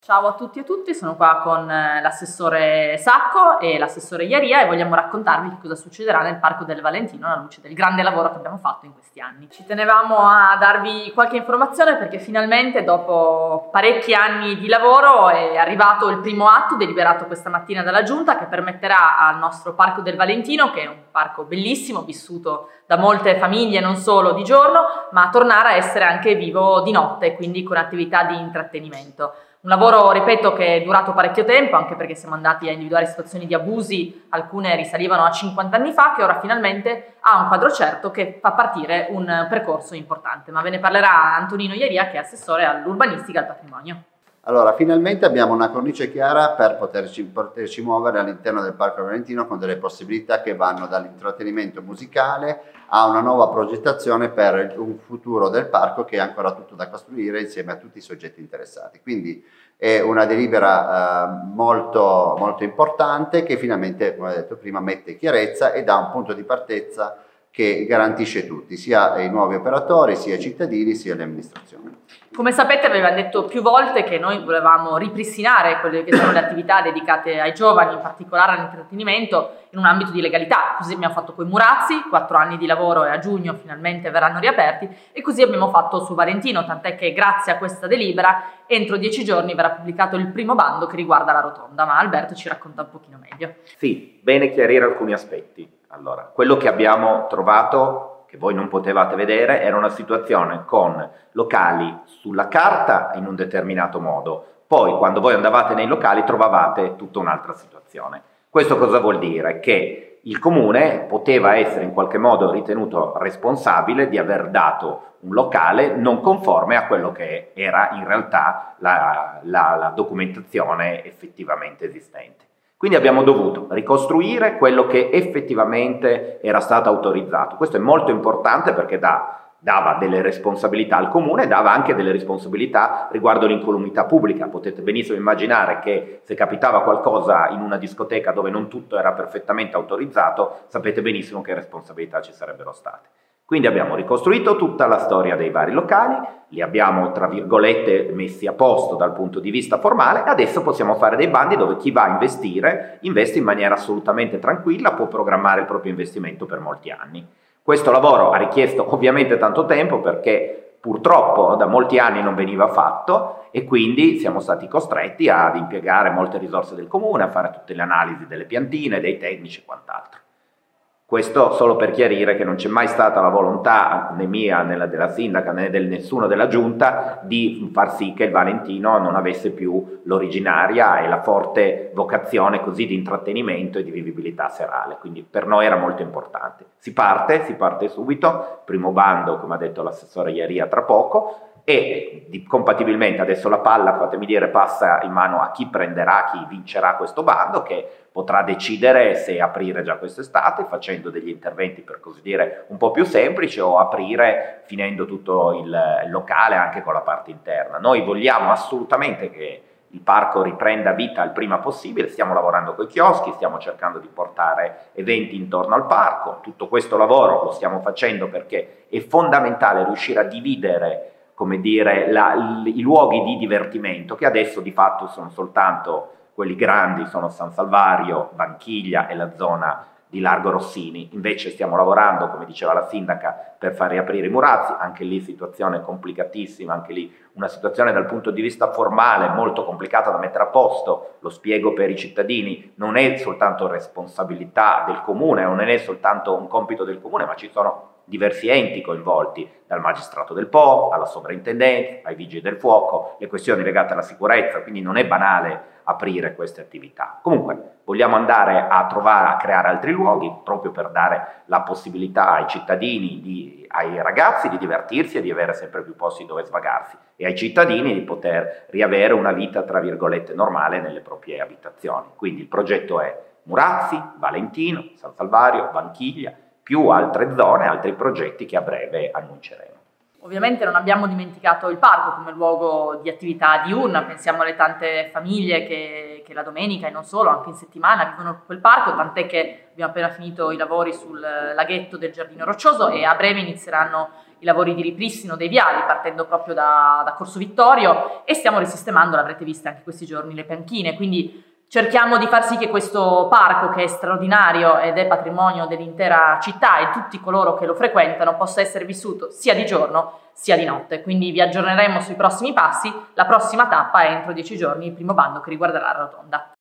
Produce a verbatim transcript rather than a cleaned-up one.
Ciao a tutti e tutti, sono qua con l'assessore Sacco e l'assessore Iaria e vogliamo raccontarvi cosa succederà nel Parco del Valentino alla luce del grande lavoro che abbiamo fatto in questi anni. Ci tenevamo a darvi qualche informazione perché finalmente dopo parecchi anni di lavoro è arrivato il primo atto deliberato questa mattina dalla Giunta che permetterà al nostro Parco del Valentino, che è un parco bellissimo, vissuto da molte famiglie non solo di giorno, ma tornare a essere anche vivo di notte, quindi con attività di intrattenimento. Un lavoro, ripeto, che è durato parecchio tempo, anche perché siamo andati a individuare situazioni di abusi, alcune risalivano a cinquanta anni fa, che ora finalmente ha un quadro certo che fa partire un percorso importante. Ma ve ne parlerà Antonino Iaria, che è assessore all'urbanistica e al patrimonio. Allora, finalmente abbiamo una cornice chiara per poterci, poterci muovere all'interno del Parco Valentino con delle possibilità che vanno dall'intrattenimento musicale a una nuova progettazione per un futuro del parco che è ancora tutto da costruire insieme a tutti i soggetti interessati. Quindi è una delibera eh, molto, molto importante che finalmente, come ho detto prima, mette chiarezza e dà un punto di partenza che garantisce tutti, sia i nuovi operatori, sia i cittadini, sia le amministrazioni. Come sapete aveva detto più volte che noi volevamo ripristinare quelle che sono le attività dedicate ai giovani, in particolare all'intrattenimento, in un ambito di legalità. Così abbiamo fatto con i Murazzi, quattro anni di lavoro e a giugno finalmente verranno riaperti, e così abbiamo fatto su Valentino, tant'è che grazie a questa delibera entro dieci giorni verrà pubblicato il primo bando che riguarda la rotonda, ma Alberto ci racconta un pochino meglio. Sì, bene chiarire alcuni aspetti. Allora, quello che abbiamo trovato, che voi non potevate vedere, era una situazione con locali sulla carta in un determinato modo, poi quando voi andavate nei locali trovavate tutta un'altra situazione. Questo cosa vuol dire? Che il comune poteva essere in qualche modo ritenuto responsabile di aver dato un locale non conforme a quello che era in realtà la, la, la documentazione effettivamente esistente. Quindi abbiamo dovuto ricostruire quello che effettivamente era stato autorizzato. Questo è molto importante perché dà, dava delle responsabilità al comune, dava anche delle responsabilità riguardo l'incolumità pubblica. Potete benissimo immaginare che se capitava qualcosa in una discoteca dove non tutto era perfettamente autorizzato, sapete benissimo che responsabilità ci sarebbero state. Quindi abbiamo ricostruito tutta la storia dei vari locali, li abbiamo tra virgolette messi a posto dal punto di vista formale e adesso possiamo fare dei bandi dove chi va a investire investe in maniera assolutamente tranquilla, può programmare il proprio investimento per molti anni. Questo lavoro ha richiesto ovviamente tanto tempo perché purtroppo da molti anni non veniva fatto e quindi siamo stati costretti ad impiegare molte risorse del comune, a fare tutte le analisi delle piantine, dei tecnici e quant'altro. Questo solo per chiarire che non c'è mai stata la volontà né mia, né della sindaca, né del nessuno della giunta di far sì che il Valentino non avesse più l'originaria e la forte vocazione così di intrattenimento e di vivibilità serale. Quindi per noi era molto importante. Si parte, si parte subito, primo bando, come ha detto l'assessore Iaria tra poco, e di, compatibilmente adesso la palla, fatemi dire, passa in mano a chi prenderà, chi vincerà questo bando, che potrà decidere se aprire già quest'estate facendo degli interventi per così dire un po' più semplici o aprire finendo tutto il, il locale anche con la parte interna. Noi vogliamo assolutamente che il parco riprenda vita il prima possibile, stiamo lavorando con i chioschi, stiamo cercando di portare eventi intorno al parco, tutto questo lavoro lo stiamo facendo perché è fondamentale riuscire a dividere come dire, la, i luoghi di divertimento che adesso di fatto sono soltanto quelli grandi, sono San Salvario, Vanchiglia e la zona di Largo Rossini. Invece stiamo lavorando, come diceva la sindaca, per far riaprire i Murazzi, anche lì situazione complicatissima, anche lì una situazione dal punto di vista formale molto complicata da mettere a posto, lo spiego per i cittadini, non è soltanto responsabilità del comune, non è soltanto un compito del comune, ma ci sono diversi enti coinvolti, dal magistrato del Po alla sovrintendenza, ai vigili del fuoco, le questioni legate alla sicurezza, quindi non è banale aprire queste attività. Comunque vogliamo andare a trovare, a creare altri luoghi proprio per dare la possibilità ai cittadini, di, ai ragazzi di divertirsi e di avere sempre più posti dove svagarsi e ai cittadini di poter riavere una vita tra virgolette normale nelle proprie abitazioni. Quindi il progetto è Murazzi, Valentino, San Salvario, Vanchiglia, più altre zone, altri progetti che a breve annunceremo. Ovviamente non abbiamo dimenticato il parco come luogo di attività diurna, pensiamo alle tante famiglie che, che la domenica e non solo, anche in settimana vivono quel parco, tant'è che abbiamo appena finito i lavori sul laghetto del Giardino Roccioso e a breve inizieranno i lavori di ripristino dei viali partendo proprio da, da Corso Vittorio e stiamo risistemando, l'avrete vista anche questi giorni, le panchine, quindi cerchiamo di far sì che questo parco, che è straordinario ed è patrimonio dell'intera città e tutti coloro che lo frequentano, possa essere vissuto sia di giorno sia di notte. Quindi vi aggiorneremo sui prossimi passi. La prossima tappa è entro dieci giorni, il primo bando che riguarderà la rotonda.